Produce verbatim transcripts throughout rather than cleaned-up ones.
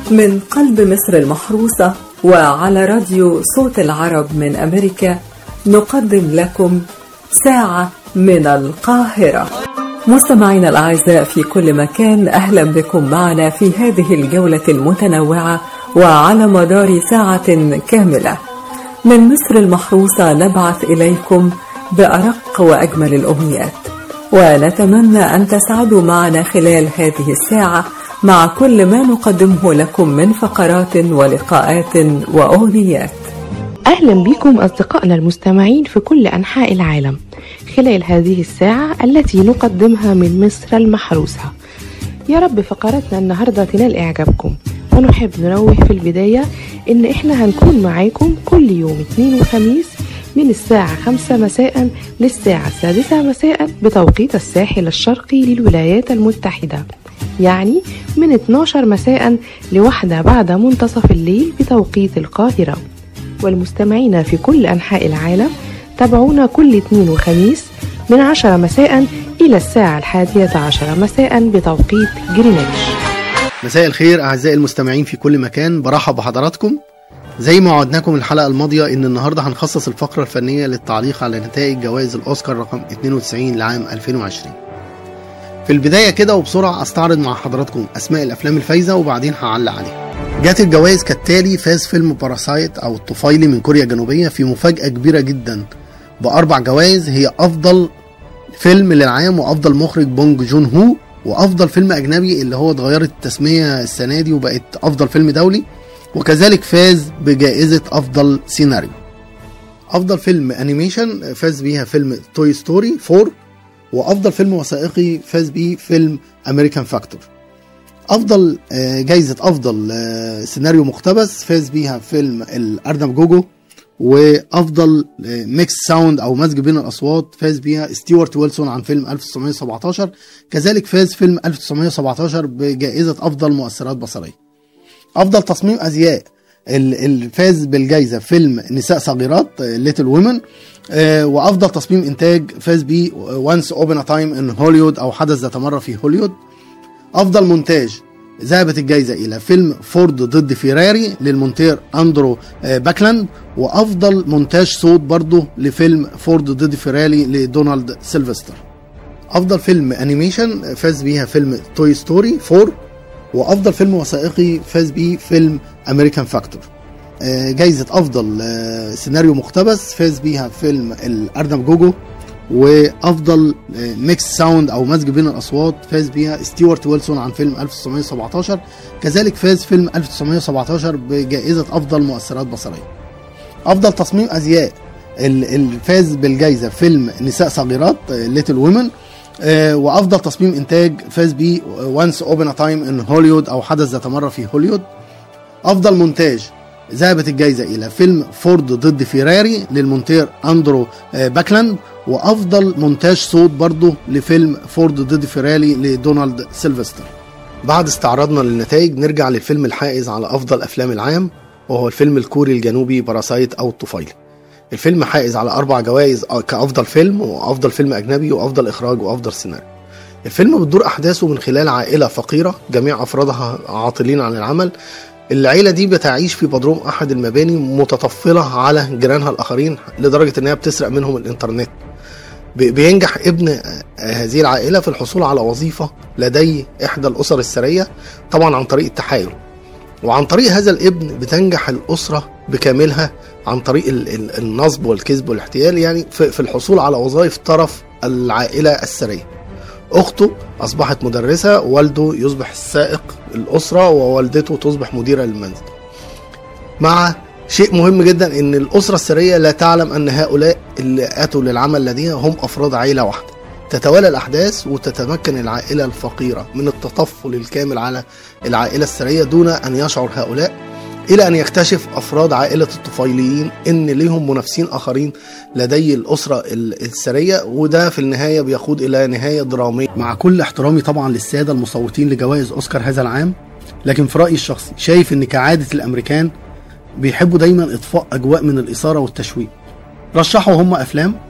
من قلب مصر المحروسة وعلى راديو صوت العرب من أمريكا نقدم لكم ساعة من القاهرة. مستمعينا الأعزاء في كل مكان، أهلا بكم معنا في هذه الجولة المتنوعة وعلى مدار ساعة كاملة من مصر المحروسة. نبعث إليكم بأرق وأجمل الأمنيات، ونتمنى أن تسعدوا معنا خلال هذه الساعة مع كل ما نقدمه لكم من فقرات ولقاءات وأغنيات. أهلا بكم أصدقائنا المستمعين في كل أنحاء العالم خلال هذه الساعة التي نقدمها من مصر المحروسة. يا رب فقراتنا النهاردة تنال إعجابكم، ونحب ننوه في البداية إن إحنا هنكون معاكم كل يوم اثنين وخميس من الساعة خمسة مساء للساعة السادسة مساء بتوقيت الساحل الشرقي للولايات المتحدة، يعني من اثناشر مساء لواحدة بعد منتصف الليل بتوقيت القاهرة. والمستمعين في كل أنحاء العالم تابعونا كل اثنين وخميس من عشرة مساء إلى الساعة الحادية عشر مساء بتوقيت جرينتش. مساء الخير أعزائي المستمعين في كل مكان، برحب بحضراتكم. زي ما وعدناكم الحلقة الماضية إن النهاردة هنخصص الفقرة الفنية للتعليق على نتائج جوائز الأوسكار رقم اثنين وتسعين لعام ألفين وعشرين. في البداية كده وبسرعة استعرض مع حضراتكم أسماء الأفلام الفايزة وبعدين هعلق عليها. جات الجوائز كالتالي: فاز فيلم باراسايت أو الطفيلي من كوريا الجنوبية في مفاجأة كبيرة جدا بأربع جوائز، هي أفضل فيلم للعام وأفضل مخرج بونج جون هو، وأفضل فيلم أجنبي اللي هو اتغيرت التسمية السنة دي وبقت أفضل فيلم دولي، وكذلك فاز بجائزة أفضل سيناريو. أفضل فيلم أنيميشن فاز بيها فيلم توي ستوري فور، وأفضل فيلم وثائقي فاز بيه فيلم أمريكان فاكتور. أفضل جائزة أفضل سيناريو مقتبس فاز بيها فيلم الأرنب جوجو، وأفضل ميكس ساوند أو مزج بين الأصوات فاز بيها ستيوارت ويلسون عن فيلم ألف وتسعمائة وسبعة عشر. كذلك فاز فيلم ألف وتسعمائة وسبعة عشر بجائزة أفضل مؤثرات بصرية. أفضل تصميم أزياء الفاز بالجائزة فيلم نساء صغيرات ليتل وومن، وأفضل تصميم إنتاج فاز بيه وانس أوبن تايم إن هوليوود أو حدث ذات مرة في هوليوود. أفضل مونتاج ذهبت الجائزة إلى فيلم فورد ضد فيراري للمونتير أندرو باكلاند، وأفضل مونتاج صوت برضه لفيلم فورد ضد فيراري لدونالد سيلفستر. أفضل فيلم أنيميشن فاز بيها فيلم توي ستوري فور، وأفضل فيلم وثائقي فاز بيه فيلم أمريكان فاكتور. جائزة أفضل سيناريو مقتبس فاز بيها فيلم الأرنب جوجو، وأفضل ميكس ساوند أو مزج بين الأصوات فاز بيها ستيوارت ويلسون عن فيلم ألف وتسعمائة وسبعة عشر. كذلك فاز فيلم ألف وتسعمائة وسبعة عشر بجائزة أفضل مؤثرات بصرية. أفضل تصميم أزياء الفاز بالجائزة فيلم نساء صغيرات ليتل وومن، وأفضل تصميم إنتاج فاز بيه وانس أوبن تايم إن هوليوود أو حدث ذات مرة في هوليوود. أفضل مونتاج ذهبت الجائزة إلى فيلم فورد ضد فيراري للمونتير أندرو باكلاند، وأفضل مونتاج صوت برضه لفيلم فورد ضد فيراري لدونالد سيلفستر. بعد استعراضنا للنتائج نرجع للفيلم الحائز على أفضل أفلام العام، وهو الفيلم الكوري الجنوبي باراسايت أو الطفيلي. الفيلم حائز على أربع جوائز كأفضل فيلم وأفضل فيلم أجنبي وأفضل إخراج وأفضل سيناريو. الفيلم بتدور أحداثه من خلال عائلة فقيرة جميع أفرادها عاطلين عن العمل. العيلة دي بتعيش في بدروم أحد المباني متطفلة على جيرانها الآخرين لدرجة أنها بتسرق منهم الإنترنت. بينجح ابن هذه العائلة في الحصول على وظيفة لدي إحدى الأسر الثرية، طبعا عن طريق التحايل، وعن طريق هذا الابن بتنجح الأسرة بكاملها عن طريق النصب والكذب والاحتيال، يعني في الحصول على وظائف طرف العائلة الثرية. أخته أصبحت مدرسة، والده يصبح السائق الأسرة، ووالدته تصبح مديرة للمنزل. مع شيء مهم جدا ان الأسرة الثرية لا تعلم ان هؤلاء اللي أتوا للعمل لديها هم أفراد عائلة واحدة. تتوالى الأحداث وتتمكن العائلة الفقيرة من التطفل الكامل على العائلة الثرية دون أن يشعر هؤلاء، إلى أن يكتشف أفراد عائلة الطفيليين إن لهم منافسين آخرين لدي الأسرة الثرية، وده في النهاية بيقود إلى نهاية درامية. مع كل احترامي طبعا للسادة المصوتين لجوائز أوسكار هذا العام، لكن في رأيي الشخصي شايف إن كعادة الأمريكان بيحبوا دايما إطفاء أجواء من الإثارة والتشويق. رشحوا هم أفلام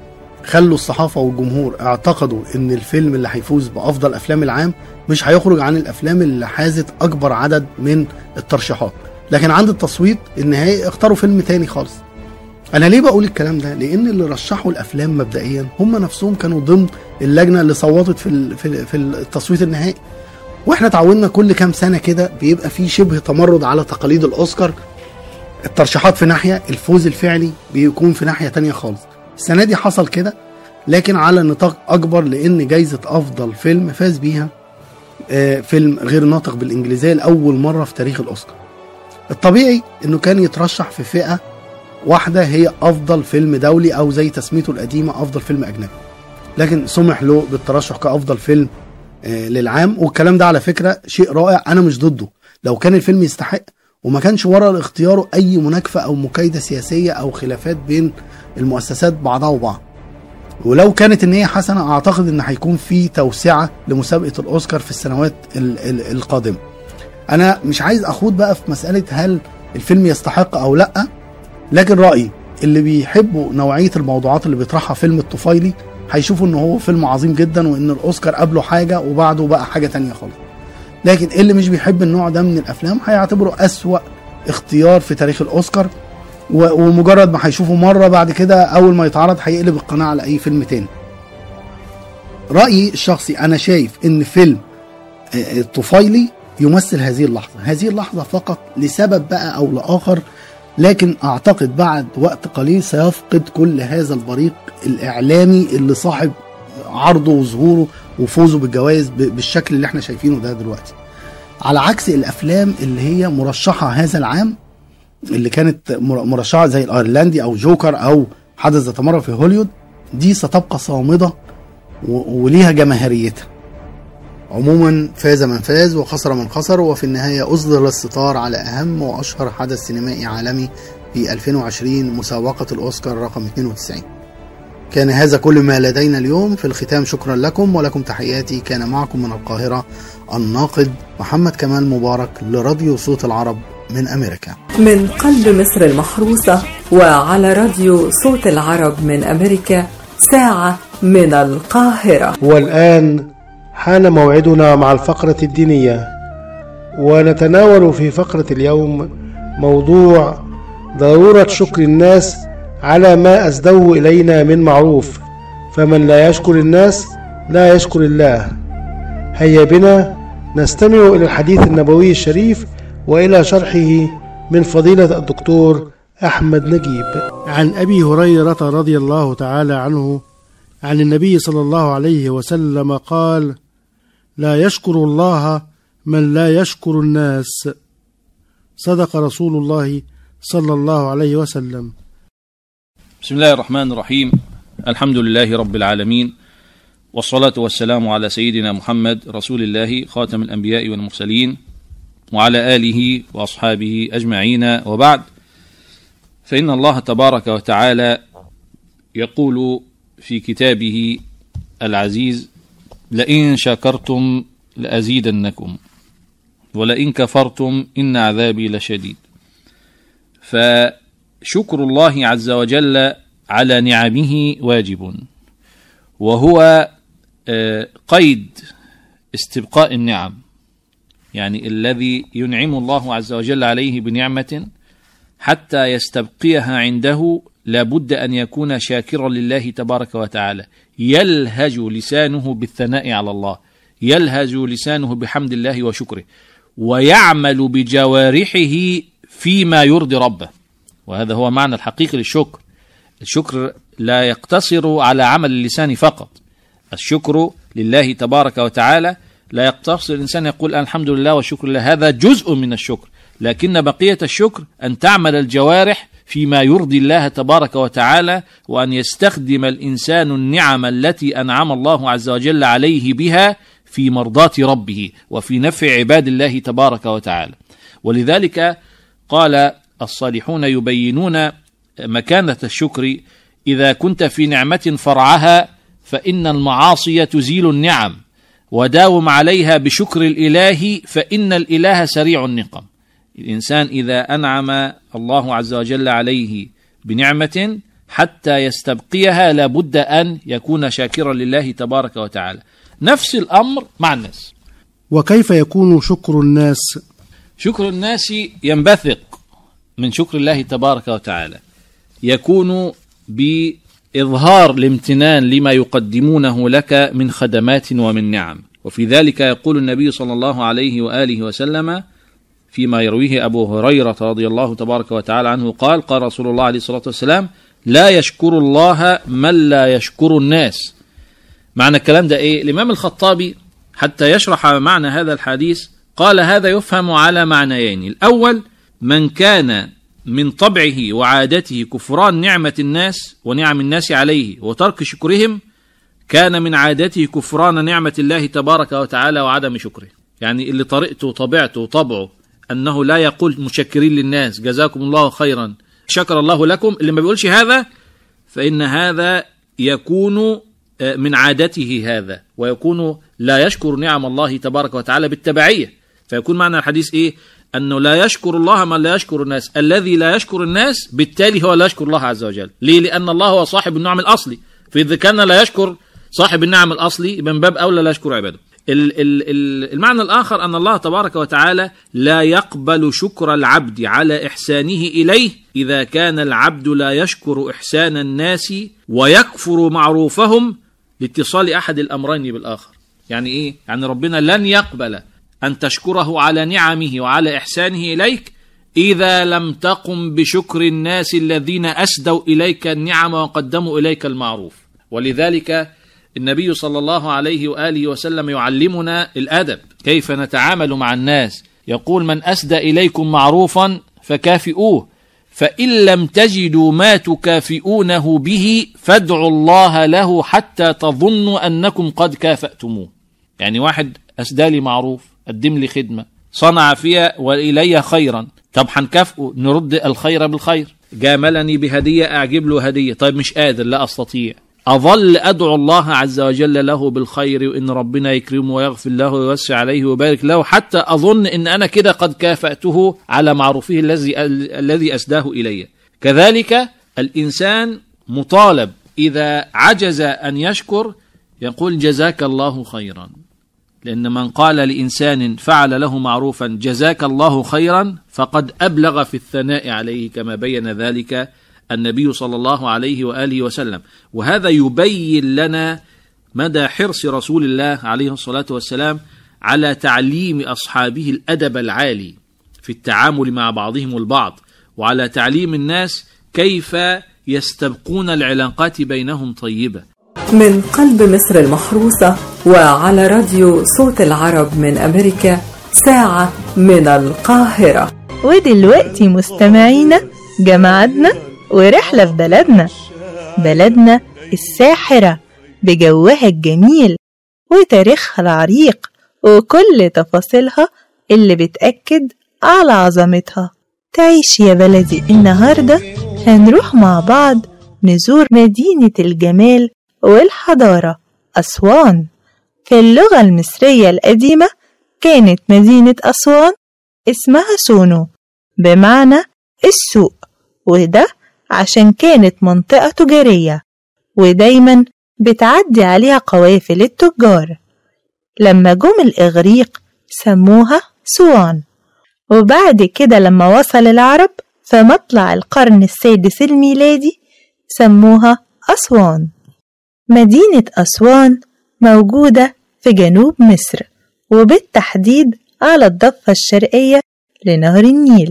خلوا الصحافة والجمهور اعتقدوا ان الفيلم اللي هيفوز بأفضل أفلام العام مش هيخرج عن الأفلام اللي حازت أكبر عدد من الترشيحات، لكن عند التصويت النهائي اختاروا فيلم تاني خالص. أنا ليه بقول الكلام ده؟ لأن اللي رشحوا الأفلام مبدئيا هم نفسهم كانوا ضمن اللجنة اللي صوتت في في التصويت النهائي. واحنا تعودنا كل كام سنة كده بيبقى في شبه تمرد على تقاليد الأوسكار، الترشيحات في ناحية، الفوز الفعلي بيكون في ناحية تانية خالص. السنة دي حصل كده لكن على نطاق أكبر، لأن جايزة أفضل فيلم فاز بيها آه فيلم غير ناطق بالإنجليزية لأول مرة في تاريخ الأوسكار. الطبيعي إنه كان يترشح في فئة واحدة هي أفضل فيلم دولي أو زي تسميته القديمة أفضل فيلم أجنبي، لكن سمح له بالترشح كأفضل فيلم آه للعام. والكلام ده على فكرة شيء رائع، أنا مش ضده لو كان الفيلم يستحق وما كانش ورا اختياره أي مناكفة أو مكايدة سياسية أو خلافات بين المؤسسات بعضها وبعض. ولو كانت النية حسنة أعتقد أن هيكون في توسعة لمسابقة الأوسكار في السنوات ال ال القادمة. أنا مش عايز أخوض بقى في مسألة هل الفيلم يستحق أو لأ، لكن رأيي اللي بيحبوا نوعية الموضوعات اللي بيطرحها فيلم الطفيلي هيشوفوا أنه هو فيلم عظيم جدا وأن الأوسكار قبله حاجة وبعده بقى حاجة تانية خالص. لكن اللي مش بيحب النوع ده من الأفلام هيعتبره أسوأ اختيار في تاريخ الأوسكار، ومجرد ما هيشوفه مرة بعد كده أول ما يتعرض هيقلب القناة على أي فيلم تاني. رأيي الشخصي أنا شايف إن فيلم الطفيلي يمثل هذه اللحظة هذه اللحظة فقط لسبب بقى أو لآخر، لكن أعتقد بعد وقت قليل سيفقد كل هذا البريق الإعلامي اللي صاحب عرضه وظهوره وفوزه بالجوائز بالشكل اللي احنا شايفينه ده دلوقتي، على عكس الأفلام اللي هي مرشحة هذا العام اللي كانت مرشحة زي الأيرلندي أو جوكر أو حدث ذات مرة في هوليوود. دي ستبقى صامدة وليها جماهيريتها. عموما فاز من فاز وخسر من خسر، وفي النهاية أصدر الستار على أهم وأشهر حدث سينمائي عالمي في ألفين وعشرين، مسابقة الأوسكار رقم اثنين وتسعين. كان هذا كل ما لدينا اليوم. في الختام شكرا لكم ولكم تحياتي. كان معكم من القاهرة الناقد محمد كمال مبارك لراديو صوت العرب من أمريكا، من قلب مصر المحروسة، وعلى راديو صوت العرب من أمريكا، ساعة من القاهرة. والآن حان موعدنا مع الفقرة الدينية، ونتناول في فقرة اليوم موضوع ضرورة شكر الناس على ما أسدوه إلينا من معروف، فمن لا يشكر الناس لا يشكر الله. هيا بنا نستمع إلى الحديث النبوي الشريف وإلى شرحه من فضيلة الدكتور أحمد نجيب. عن أبي هريرة رضي الله تعالى عنه عن النبي صلى الله عليه وسلم قال: لا يشكر الله من لا يشكر الناس. صدق رسول الله صلى الله عليه وسلم. بسم الله الرحمن الرحيم. الحمد لله رب العالمين، والصلاة والسلام على سيدنا محمد رسول الله خاتم الأنبياء والمرسلين، وعلى آله وأصحابه أجمعين، وبعد. فإن الله تبارك وتعالى يقول في كتابه العزيز: لئن شكرتم لأزيدنكم ولئن كفرتم إن عذابي لشديد. فشكر الله عز وجل على نعمه واجب، وهو قيد استبقاء النعم، يعني الذي ينعم الله عز وجل عليه بنعمة حتى يستبقيها عنده لابد أن يكون شاكرا لله تبارك وتعالى، يلهج لسانه بالثناء على الله، يلهج لسانه بحمد الله وشكره، ويعمل بجوارحه فيما يرضي ربه. وهذا هو معنى الحقيقي للشكر. الشكر لا يقتصر على عمل اللسان فقط، الشكر لله تبارك وتعالى لا يقتصر الإنسان يقول الحمد لله والشكر لله، هذا جزء من الشكر، لكن بقية الشكر أن تعمل الجوارح فيما يرضي الله تبارك وتعالى، وأن يستخدم الإنسان النعم التي أنعم الله عز وجل عليه بها في مرضاة ربه وفي نفع عباد الله تبارك وتعالى. ولذلك قال الصالحون يبينون مكانة الشكر: إذا كنت في نعمة فرعها فإن المعاصي تزيل النعم، وداوم عليها بشكر الإله فإن الإله سريع النقم. الإنسان إذا أنعم الله عز وجل عليه بنعمة حتى يستبقيها لابد أن يكون شاكرا لله تبارك وتعالى. نفس الأمر مع الناس. وكيف يكون شكر الناس؟ شكر الناس ينبثق من شكر الله تبارك وتعالى، يكون بإظهار الامتنان لما يقدمونه لك من خدمات ومن نعم. وفي ذلك يقول النبي صلى الله عليه وآله وسلم فيما يرويه أبو هريرة رضي الله تبارك وتعالى عنه قال: قال رسول الله عليه الصلاة والسلام: لا يشكر الله من لا يشكر الناس. معنى الكلام ده إيه؟ الإمام الخطابي حتى يشرح معنى هذا الحديث قال: هذا يفهم على معنيين. الأول: من كان من طبعه وعادته كفران نعمة الناس ونعم الناس عليه وترك شكرهم، كان من عادته كفران نعمة الله تبارك وتعالى وعدم شكره. يعني اللي طريقته وطبيعته وطبعه أنه لا يقول مشكرين للناس جزاكم الله خيرا شكر الله لكم، اللي ما بيقولش هذا فإن هذا يكون من عادته هذا، ويكون لا يشكر نعم الله تبارك وتعالى بالتبعية. فيكون معنى الحديث إيه؟ أنه لا يشكر الله من لا يشكر الناس. الذي لا يشكر الناس بالتالي هو لا يشكر الله عز وجل. ليه؟ لأن الله هو صاحب النعم الأصلي، فإذا كان لا يشكر صاحب النعم الأصلي من باب أولى لا يشكر عباده. المعنى الآخر أن الله تبارك وتعالى لا يقبل شكر العبد على إحسانه إليه إذا كان العبد لا يشكر إحسان الناس ويكفر معروفهم لاتصال أحد الأمرين بالآخر. يعني إيه؟ يعني ربنا لن يقبل أن تشكره على نعمه وعلى إحسانه إليك إذا لم تقم بشكر الناس الذين أسدوا إليك النعم وقدموا إليك المعروف. ولذلك النبي صلى الله عليه وآله وسلم يعلمنا الأدب، كيف نتعامل مع الناس. يقول: من أسدى إليكم معروفا فكافئوه، فإن لم تجدوا ما تكافئونه به فادعوا الله له حتى تظنوا أنكم قد كافأتموه. يعني واحد أسدى لي معروف، قدم لي خدمة، صنع فيها وإلي خيرا، طب هنكافئه، نرد الخير بالخير. جاملني بهدية، أعجب له هدية، طيب مش قادر، لا أستطيع، أظل أدعو الله عز وجل له بالخير وإن ربنا يكرمه ويغفر له ويوسع عليه ويبارك له، حتى أظن إن أنا كده قد كافأته على معروفه الذي الذي أسداه إلي. كذلك الإنسان مطالب إذا عجز أن يشكر يقول: جزاك الله خيرا، لأن من قال لإنسان فعل له معروفا جزاك الله خيرا فقد أبلغ في الثناء عليه، كما بين ذلك النبي صلى الله عليه وآله وسلم. وهذا يبين لنا مدى حرص رسول الله عليه الصلاة والسلام على تعليم أصحابه الأدب العالي في التعامل مع بعضهم البعض، وعلى تعليم الناس كيف يستبقون العلاقات بينهم طيبة. من قلب مصر المحروسة وعلى راديو صوت العرب من أمريكا، ساعة من القاهرة. ودلوقتي مستمعينا جمعتنا ورحلة في بلدنا، بلدنا الساحرة بجوها الجميل وتاريخها العريق وكل تفاصيلها اللي بتأكد على عظمتها. تعيش يا بلدي. النهاردة هنروح مع بعض نزور مدينة الجمال والحضارة أسوان. في اللغة المصرية القديمة كانت مدينة أسوان اسمها سونو بمعنى السوق، وده عشان كانت منطقة تجارية ودايما بتعدي عليها قوافل التجار. لما جم الإغريق سموها سوان، وبعد كده لما وصل العرب في مطلع القرن السادس الميلادي سموها أسوان. مدينة أسوان موجودة في جنوب مصر، وبالتحديد على الضفة الشرقية لنهر النيل.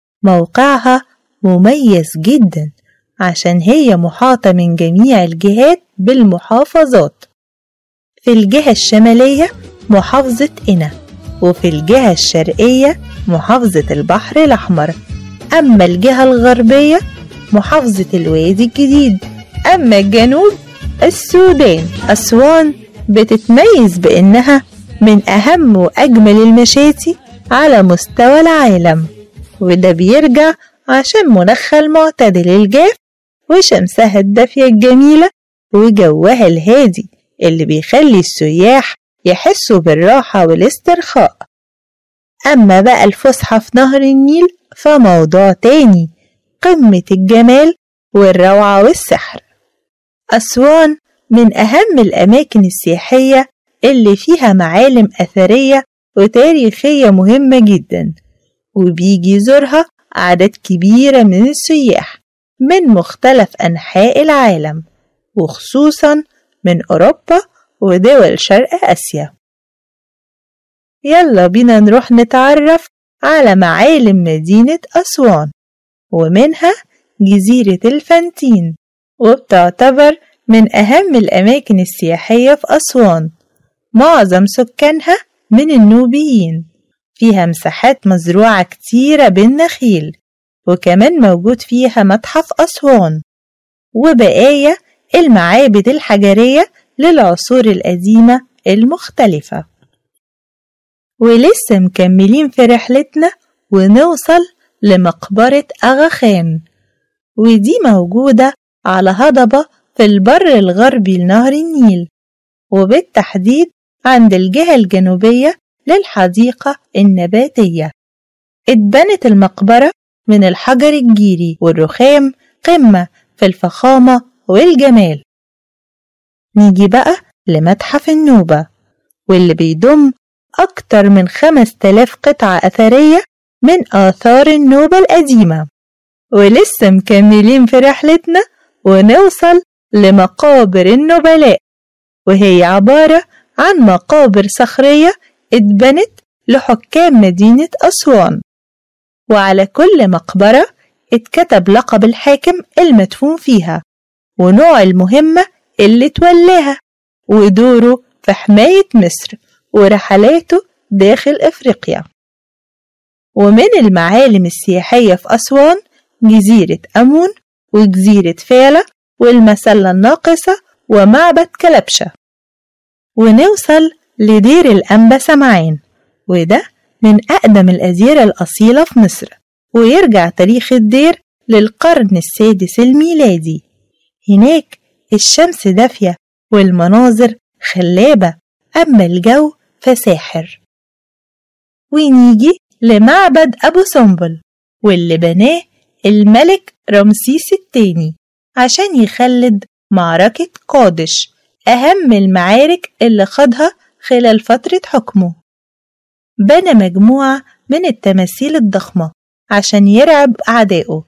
موقعها مميز جدا عشان هي محاطة من جميع الجهات بالمحافظات. في الجهة الشمالية محافظة قنا، وفي الجهة الشرقية محافظة البحر الأحمر. أما الجهة الغربية محافظة الوادي الجديد. أما الجنوب السودان. أسوان بتتميز بأنها من أهم وأجمل المشاتي على مستوى العالم، وده بيرجع عشان مناخها المعتدل الجاف وشمسها الدافية الجميلة وجوها الهادي اللي بيخلي السياح يحسوا بالراحة والاسترخاء. أما بقى الفسحة في نهر النيل فموضوع تاني، قمة الجمال والروعة والسحر. أسوان من أهم الأماكن السياحية اللي فيها معالم أثرية وتاريخية مهمة جدا، وبيجي يزورها أعداد كبيرة من السياح من مختلف أنحاء العالم، وخصوصا من أوروبا ودول شرق آسيا. يلا بينا نروح نتعرف على معالم مدينة أسوان، ومنها جزيرة الفانتين، وبتعتبر من أهم الأماكن السياحية في أسوان. معظم سكانها من النوبيين، فيها مساحات مزروعة كتيرة بالنخيل، وكمان موجود فيها متحف أسوان وبقايا المعابد الحجرية للعصور القديمة المختلفة. ولسه مكملين في رحلتنا ونوصل لمقبرة أغا خان، ودي موجودة على هضبة في البر الغربي لنهر النيل، وبالتحديد عند الجهة الجنوبية للحديقة النباتية. اتبنت المقبرة من الحجر الجيري والرخام، قمة في الفخامة والجمال. نيجي بقى لمتحف النوبة، واللي بيضم أكتر من خمس تلاف قطعة أثرية من آثار النوبة القديمة. ولسه مكملين في رحلتنا ونوصل لمقابر النبلاء، وهي عبارة عن مقابر صخرية اتبنت لحكام مدينة أسوان، وعلى كل مقبرة اتكتب لقب الحاكم المدفون فيها، ونوع المهمة اللي تولاها، ودوره في حماية مصر، ورحلاته داخل إفريقيا. ومن المعالم السياحية في أسوان جزيرة أمون، وجزيرة فالة، والمسلة الناقصة، ومعبد كلبشة. ونوصل لدير الأنبا سمعان، وده من أقدم الأديرة الأصيلة في مصر، ويرجع تاريخ الدير للقرن السادس الميلادي. هناك الشمس دافية والمناظر خلابة، أما الجو فساحر. ونيجي لمعبد أبو سمبل، واللي بناه الملك رمسيس الثاني عشان يخلد معركة قادش، أهم المعارك اللي خاضها خلال فترة حكمه. بنى مجموعة من التماثيل الضخمة عشان يرعب أعدائه.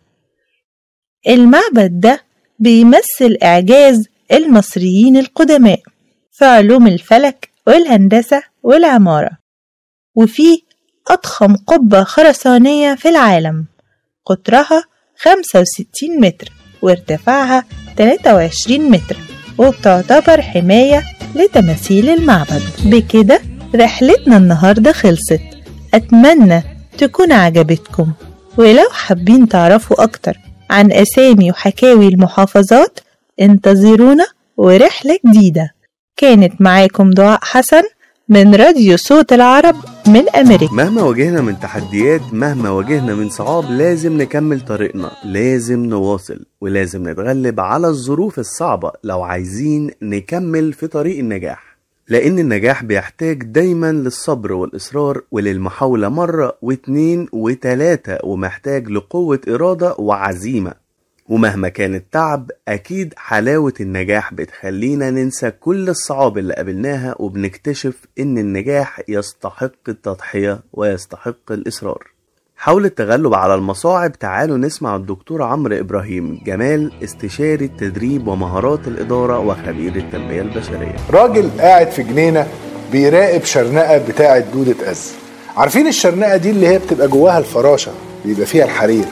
المعبد ده بيمثل إعجاز المصريين القدماء في علوم الفلك والهندسة والعمارة، وفيه أضخم قبة خرسانية في العالم، قطرها خمسة وستين متر وارتفاعها ثلاثة وعشرين متر، وبتعتبر حماية لتماثيل المعبد. بكده رحلتنا النهاردة خلصت، أتمنى تكون عجبتكم. ولو حابين تعرفوا أكتر عن أسامي وحكاوي المحافظات انتظرونا ورحلة جديدة. كانت معاكم دعاء حسن من راديو صوت العرب من أمريكا. مهما واجهنا من تحديات، مهما واجهنا من صعاب، لازم نكمل طريقنا، لازم نواصل، ولازم نتغلب على الظروف الصعبة لو عايزين نكمل في طريق النجاح. لأن النجاح بيحتاج دايما للصبر والإصرار وللمحاولة مرة واتنين وتلاتة، ومحتاج لقوة إرادة وعزيمة. ومهما كان التعب، أكيد حلاوة النجاح بتخلينا ننسى كل الصعاب اللي قابلناها، وبنكتشف إن النجاح يستحق التضحية ويستحق الإصرار. حول التغلب على المصاعب تعالوا نسمع الدكتور عمرو إبراهيم جمال، استشاري التدريب ومهارات الإدارة وخبير التنمية البشرية. راجل قاعد في جنينة بيراقب شرنقة بتاعة دودة أز. عارفين الشرنقة دي اللي هي بتبقى جواها الفراشة، بيبقى فيها الحرير.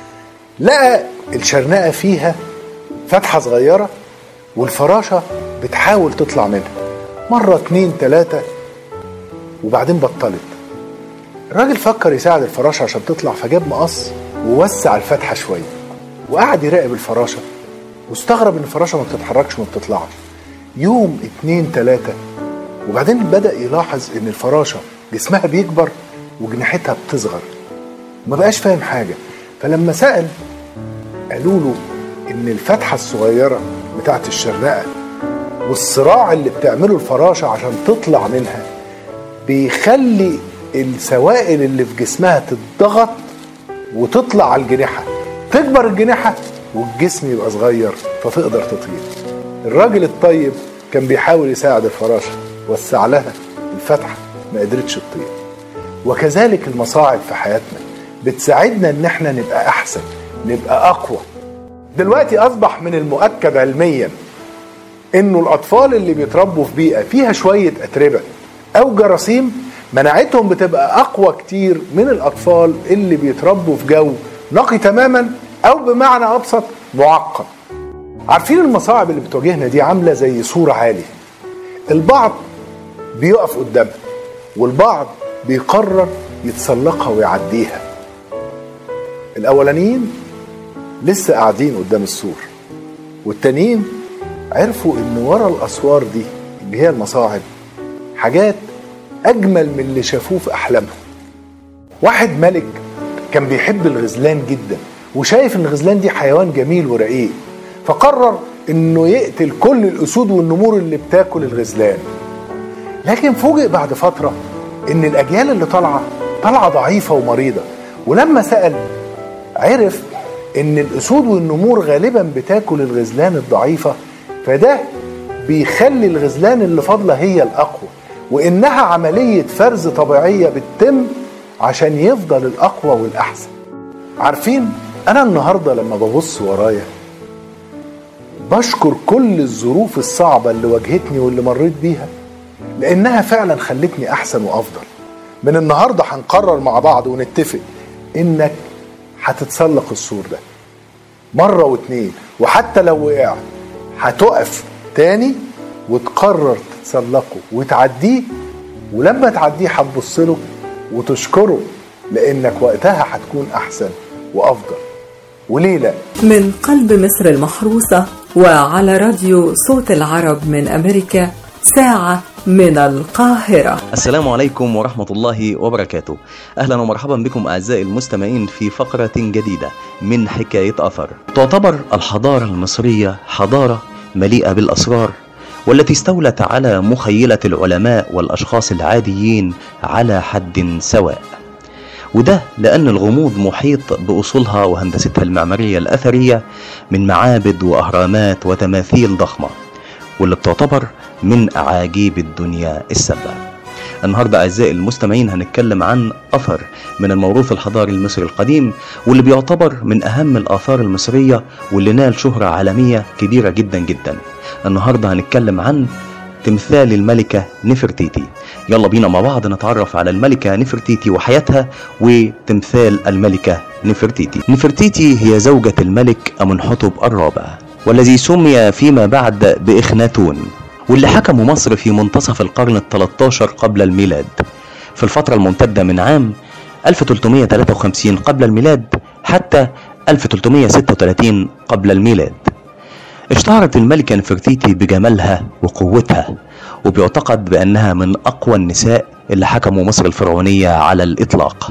لقى الشرنقة فيها فتحة صغيرة والفراشة بتحاول تطلع منها مرة اتنين تلاتة، وبعدين بطلت. الراجل فكر يساعد الفراشة عشان تطلع، فجاب مقص ووسع الفتحة شوية وقعد يراقب الفراشة، واستغرب ان الفراشة ما بتتحركش وما بتطلعش. يوم اتنين تلاتة، وبعدين بدأ يلاحظ ان الفراشة جسمها بيكبر وجناحتها بتصغر، ما بقاش فاهم حاجة. فلما سأل قالوا له ان الفتحة الصغيرة بتاعت الشرنقة والصراع اللي بتعمله الفراشة عشان تطلع منها بيخلي السوائل اللي في جسمها تتضغط وتطلع على الجناحة، تكبر الجناحة والجسم يبقى صغير فتقدر تطير. الراجل الطيب كان بيحاول يساعد الفراشة، وسع لها الفتحة ما قدرتش تطير. وكذلك المصاعب في حياتنا بتساعدنا ان احنا نبقى احسن، نبقى اقوى. دلوقتي اصبح من المؤكد علميا انه الاطفال اللي بيتربوا في بيئة فيها شوية اتربة او جراثيم مناعتهم بتبقى اقوى كتير من الاطفال اللي بيتربوا في جو نقي تماما او بمعنى ابسط معقد. عارفين المصاعب اللي بتواجهنا دي عاملة زي سور عالي، البعض بيقف قدامها والبعض بيقرر يتسلقها ويعديها. الاولانيين لسه قاعدين قدام السور، والتانيين عرفوا ان ورا الاسوار دي اللي هي المصاعب حاجات اجمل من اللي شافوه في احلامهم. واحد ملك كان بيحب الغزلان جدا وشايف ان الغزلان دي حيوان جميل ورقيق، فقرر انه يقتل كل الاسود والنمور اللي بتاكل الغزلان. لكن فوجئ بعد فترة ان الاجيال اللي طالعة طالعة ضعيفة ومريضة، ولما سأل عرف ان الاسود والنمور غالبا بتاكل الغزلان الضعيفة، فده بيخلي الغزلان اللي فاضلة هي الاقوى، وانها عملية فرز طبيعية بتتم عشان يفضل الاقوى والاحسن. عارفين انا النهاردة لما ببص ورايا بشكر كل الظروف الصعبة اللي واجهتني واللي مريت بيها، لانها فعلا خلتني احسن وافضل. من النهاردة هنقرر مع بعض ونتفق انك هتتسلق السور ده مرة واتنين، وحتى لو وقع هتقف تاني وتقرر تتسلقه وتعديه، ولما تعديه هتبصله وتشكره لانك وقتها هتكون احسن وافضل. وليه لا؟ من قلب مصر المحروسة وعلى راديو صوت العرب من أمريكا، ساعة من القاهرة. السلام عليكم ورحمة الله وبركاته. أهلا ومرحبا بكم أعزائي المستمعين في فقرة جديدة من حكاية أثر. تعتبر الحضارة المصرية حضارة مليئة بالأسرار، والتي استولت على مخيلة العلماء والأشخاص العاديين على حد سواء، وده لأن الغموض محيط بأصولها وهندستها المعمارية الأثرية من معابد وأهرامات وتماثيل ضخمة، واللي بتعتبر من أعاجيب الدنيا السبع. النهاردة أعزائي المستمعين هنتكلم عن أثر من الموروث الحضاري المصري القديم، واللي بيعتبر من أهم الآثار المصرية واللي نال شهرة عالمية كبيرة جدا جدا. النهاردة هنتكلم عن تمثال الملكة نفرتيتي. يلا بينا مع بعض نتعرف على الملكة نفرتيتي وحياتها وتمثال الملكة نفرتيتي. نفرتيتي هي زوجة الملك أمنحتب الرابع، والذي سمي فيما بعد بإخناتون، واللي حكموا مصر في منتصف القرن الثالث عشر قبل الميلاد، في الفترة الممتدة من عام ألف وثلاثمائة وثلاثة وخمسين قبل الميلاد حتى ألف وثلاثمائة وستة وثلاثين قبل الميلاد. اشتهرت الملكة نفرتيتي بجمالها وقوتها، وبيعتقد بأنها من أقوى النساء اللي حكموا مصر الفرعونية على الإطلاق،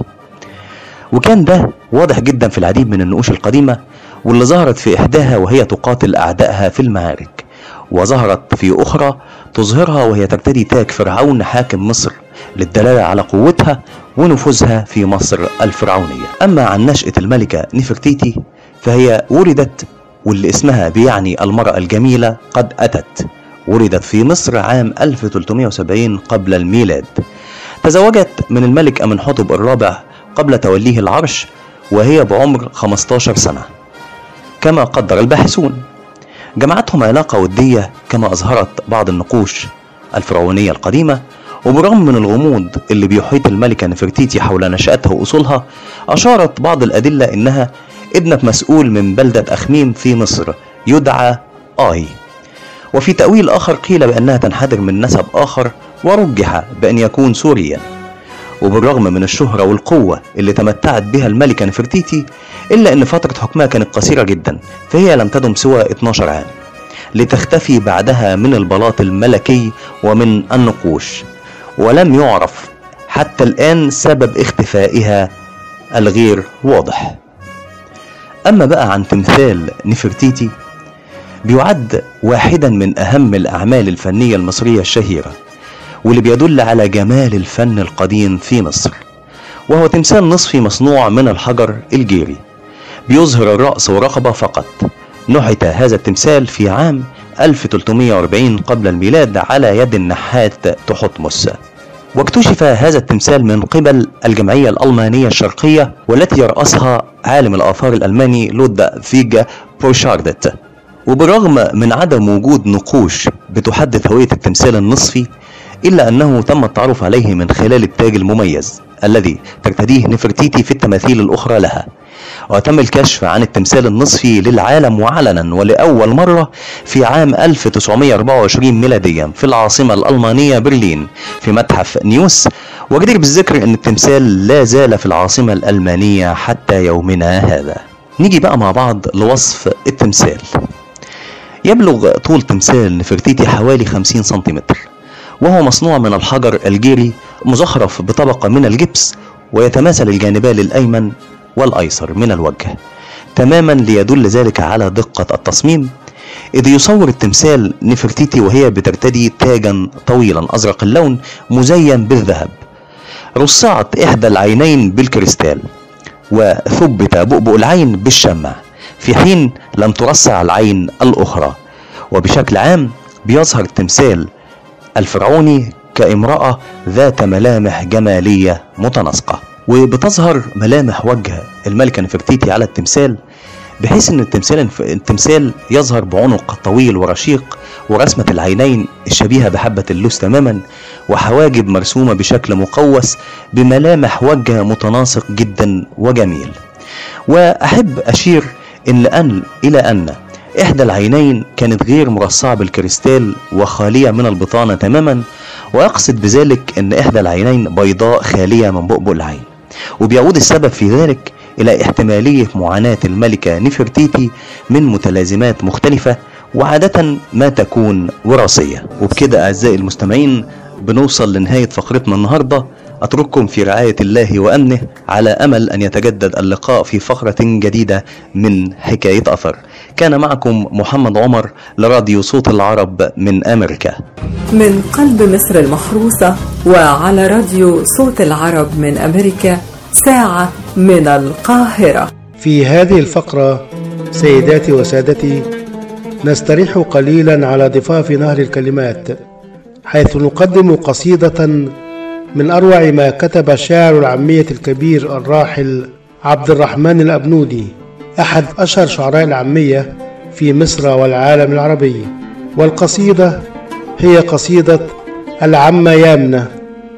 وكان ده واضح جدا في العديد من النقوش القديمة، واللي ظهرت في إحداها وهي تقاتل أعدائها في المعارك، وظهرت في أخرى تظهرها وهي ترتدي تاج فرعون حاكم مصر للدلالة على قوتها ونفوذها في مصر الفرعونية. أما عن نشأة الملكة نفرتيتي فهي ولدت، واللي اسمها بيعني المرأة الجميلة قد أتت، ولدت في مصر عام ألف وثلاثمائة وسبعين قبل الميلاد. تزوجت من الملك أمنحتب الرابع قبل توليه العرش وهي بعمر خمسة عشر سنة كما قدر الباحثون. جمعتهم علاقة ودية كما أظهرت بعض النقوش الفرعونية القديمة، وبرغم من الغموض اللي بيحيط الملكة نفرتيتي حول نشأتها وأصولها، أشارت بعض الأدلة إنها ابنة مسؤول من بلدة أخميم في مصر يدعى آي، وفي تأويل آخر قيل بأنها تنحدر من نسب آخر ورجح بأن يكون سوريا. وبالرغم من الشهرة والقوة اللي تمتعت بها الملكة نفرتيتي، إلا أن فترة حكمها كانت قصيرة جدا، فهي لم تدم سوى اثني عشر عام لتختفي بعدها من البلاط الملكي ومن النقوش، ولم يعرف حتى الآن سبب اختفائها الغير واضح. أما بقى عن تمثال نفرتيتي، بيعد واحدا من أهم الأعمال الفنية المصرية الشهيرة، واللي بيدل على جمال الفن القديم في مصر، وهو تمثال نصفي مصنوع من الحجر الجيري، بيظهر الرأس ورقبة فقط. نحت هذا التمثال في عام ألف وثلاثمائة وأربعين قبل الميلاد على يد النحات تحتمس. واكتشف هذا التمثال من قبل الجمعية الألمانية الشرقية والتي يرأسها عالم الآثار الألماني لودفيج بورشاردت. وبالرغم من عدم وجود نقوش بتحدد هوية التمثال النصفي، إلا أنه تم التعرف عليه من خلال التاج المميز الذي ترتديه نفرتيتي في التماثيل الأخرى لها. وتم الكشف عن التمثال النصفي للعالم وعلنا ولأول مرة في عام ألف وتسعمائة وأربعة وعشرين ميلاديا في العاصمة الألمانية برلين في متحف نيوس. وجدير بالذكر أن التمثال لا زال في العاصمة الألمانية حتى يومنا هذا. نيجي بقى مع بعض لوصف التمثال. يبلغ طول تمثال نفرتيتي حوالي خمسين سنتيمتر، وهو مصنوع من الحجر الجيري مزخرف بطبقة من الجبس، ويتماثل الجانبان الأيمن والأيسر من الوجه تماما ليدل ذلك على دقة التصميم. إذ يصور التمثال نفرتيتي وهي بترتدي تاجا طويلا أزرق اللون مزين بالذهب. رصعت إحدى العينين بالكريستال، وثبت بؤبؤ العين بالشمع، في حين لم ترصع العين الأخرى. وبشكل عام بيظهر التمثال الفرعوني كامرأة ذات ملامح جمالية متناسقة. وبتظهر ملامح وجه الملكة نفرتيتي على التمثال، بحيث ان التمثال التمثال يظهر بعنق طويل ورشيق، ورسمة العينين الشبيهة بحبة اللوز تماما، وحواجب مرسومة بشكل مقوس بملامح وجه متناسق جدا وجميل. وأحب أشير إن أن إلى أن إحدى العينين كانت غير مرصعة بالكريستال وخالية من البطانة تماما، ويقصد بذلك أن إحدى العينين بيضاء خالية من بؤبؤ العين. وبيعود السبب في ذلك إلى احتمالية معاناة الملكة نفرتيتي من متلازمات مختلفة، وعادة ما تكون وراثية. وبكده أعزائي المستمعين بنوصل لنهاية فقرتنا النهاردة. أترككم في رعاية الله وأمنه، على أمل أن يتجدد اللقاء في فقرة جديدة من حكاية أثر. كان معكم محمد عمر لراديو صوت العرب من أمريكا، من قلب مصر المحروسة، وعلى راديو صوت العرب من أمريكا، ساعة من القاهرة. في هذه الفقرة سيداتي وسادتي نستريح قليلا على ضفاف نهر الكلمات، حيث نقدم قصيدة من أروع ما كتب شاعر العامية الكبير الراحل عبد الرحمن الأبنودي، أحد أشهر شعراء العامية في مصر والعالم العربي. والقصيدة هي قصيدة العمة يامنة.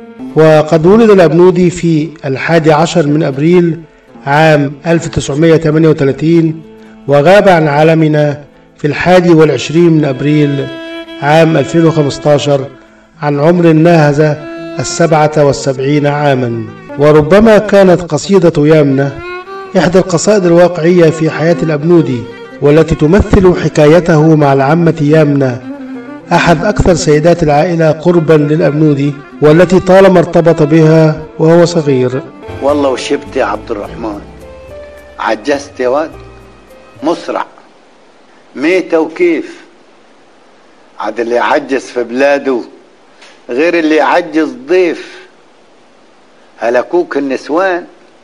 وقد ولد الأبنودي في الحادي عشر من أبريل عام ألف وتسعمائة وثمانية وثلاثين، وغاب عن عالمنا في الحادي والعشرين من أبريل عام ألفين وخمسة عشر عن عمر ناهز السبعة والسبعين عاما. وربما كانت قصيدة يامنة إحدى القصائد الواقعية في حياة الأبنودي، والتي تمثل حكايته مع العمة يامنة، أحد أكثر سيدات العائلة قربا للأبنودي، والتي طالما ارتبط بها وهو صغير. والله وشبت يا عبد الرحمن، عجزت يا واد، مسرع ميتة وكيف. عاد اللي يعجز في بلاده غير اللي يعجز ضيف. هلكوك النسوان.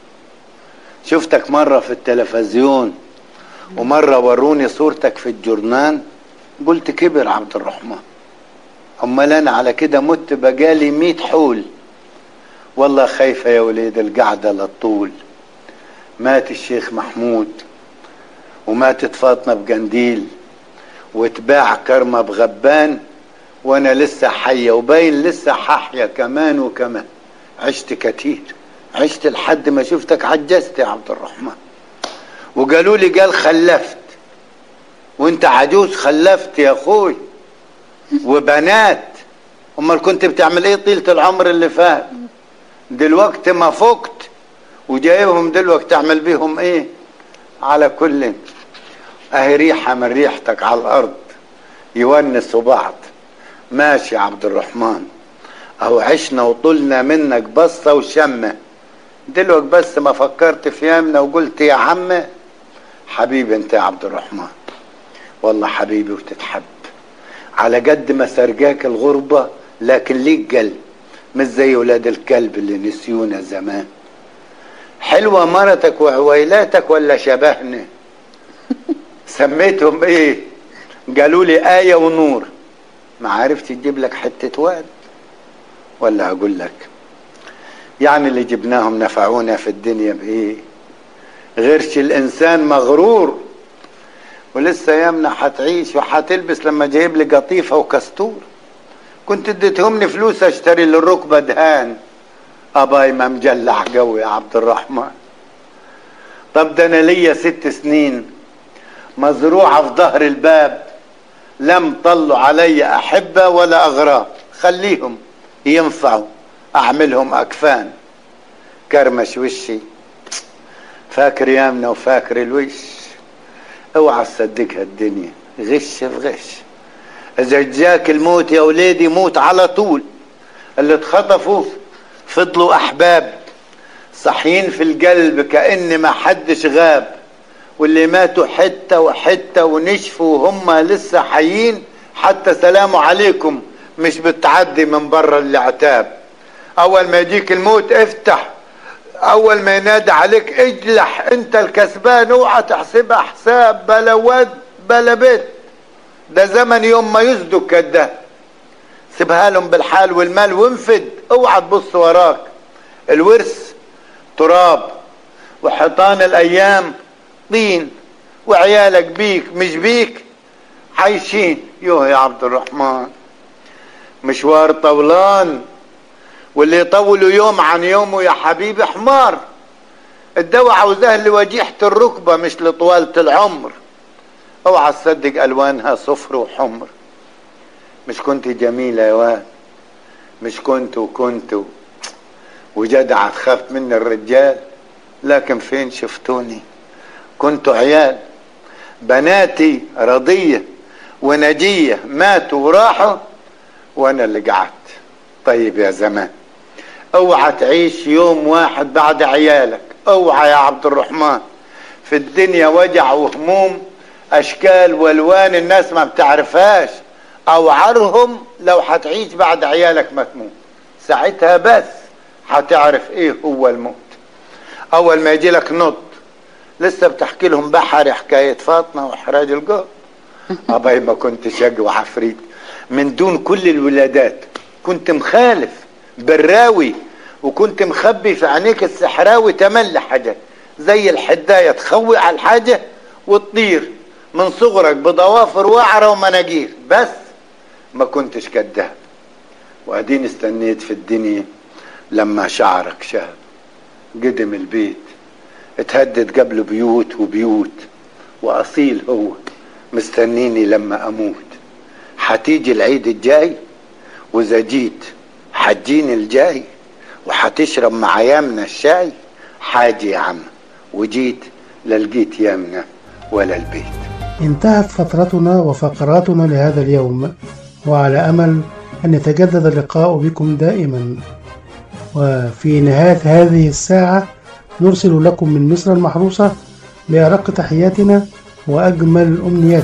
شفتك مرة في التلفزيون ومرة وروني صورتك في الجورنان، قلت كبر عبد الرحمن. امال انا على كده مت بقالي ميت حول. والله خايفة يا وليد القعدة للطول. مات الشيخ محمود، وماتت فاطمة بقنديل، واتباع كرمة بغبان، وانا لسه حية وباين لسه ححية كمان وكمان. عشت كتير، عشت لحد ما شفتك عجزت يا عبد الرحمن. وقالوا لي قال خلفت، وانت عجوز خلفت يا اخوي وبنات. امال كنت بتعمل ايه طيلة العمر اللي فات؟ دلوقتي ما فقت وجايبهم دلوقتي تعمل بيهم ايه؟ على كل اهي ريحة من ريحتك على الارض يونسوا بعض. ماشي يا عبد الرحمن، اهو عشنا وطولنا منك بصة وشمة. دلوقتي بس ما فكرت في يامنا وقلت يا عم حبيبي انت يا عبد الرحمن. والله حبيبي وتتحب، على قد ما سرقاك الغربة لكن ليك قلب، مش زي ولاد الكلب اللي نسيونا زمان. حلوة مرتك وعويلاتك ولا شبهنا؟ سميتهم ايه؟ قالوا لي آية ونور. ما عرفت تجيب لك حتة واد ولا اقول لك يعني اللي جبناهم نفعونا في الدنيا بايه؟ غيرش الانسان مغرور، ولسه يامنا حتعيش وحتلبس لما جايب لي قطيفة وكستور. كنت اديتهمني فلوس اشتري للركبة دهان، اباي ما مجلع قوي يا عبد الرحمن. طب ده انا ليا ست سنين مزروعة في ظهر الباب، لم طلوا علي احبة ولا اغراب، خليهم ينفعوا اعملهم اكفان. كرمش وشي، فاكر يامنا وفاكر الوش. اوعى تصدقها الدنيا، غش في غش. اذا جاك الموت يا ولادي موت على طول. اللي اتخطفوا فضلوا احباب صحيين في القلب كأن ما حدش غاب، واللي ماتوا حتة وحتة ونشفوا وهم لسه حيين حتى سلام عليكم مش بتعدي من بره العتاب. اول ما يجيك الموت افتح، اول ما ينادي عليك اجلح، انت الكسبان. اوعى تحسبها حساب، بلا ود بلا بيت، ده زمن يوم ما يصدق كده. سيبها لهم بالحال والمال وانفد، اوعى تبص وراك. الورث تراب وحيطان الايام طين، وعيالك بيك مش بيك عايشين. يوه يا عبد الرحمن مشوار طولان، واللي يطولوا يوم عن يومه يا حبيبي حمار. الدواء عاوزاه لوجيحة الركبة مش لطوالة العمر. اوعى تصدق الوانها صفر وحمر. مش كنت جميلة يا واد، مش كنت وكنت وجدعة تخاف من الرجال، لكن فين شفتوني؟ كنتوا عيال. بناتي رضية ونجية ماتوا وراحوا وانا اللي قعدت. طيب يا زمان اوعى تعيش يوم واحد بعد عيالك، اوعى يا عبد الرحمن. في الدنيا وجع وهموم اشكال والوان الناس ما بتعرفهاش، اوعرهم لو هتعيش بعد عيالك ما تموت، ساعتها بس هتعرف ايه هو الموت. اول ما يجي لك نط لسه بتحكي لهم بحري حكاية فاطمة واحراج الجو. اباي ما كنت شقي وعفريت من دون كل الولادات، كنت مخالف براوي، وكنت مخبي في عينيك السحراوي تملي حاجة زي الحداية تخوي على الحاجة وتطير من صغرك بضوافر وعرة ومناجير، بس ما كنتش كداب. وادين استنيت في الدنيا لما شعرك شاب قدم البيت، اتهدد قبل بيوت وبيوت، واصيل هو مستنيني لما اموت. حتيجي العيد الجاي، واذا جيت حجيني الجاي، وحتشرب مع يامنا الشاي. حاجي يا عم وجيت للقيت يامنا ولا البيت. انتهت فترتنا وفقراتنا لهذا اليوم، وعلى أمل أن يتجدد اللقاء بكم دائما. وفي نهاية هذه الساعة نرسل لكم من مصر المحروسة بأرق تحياتنا وأجمل أمنياتنا.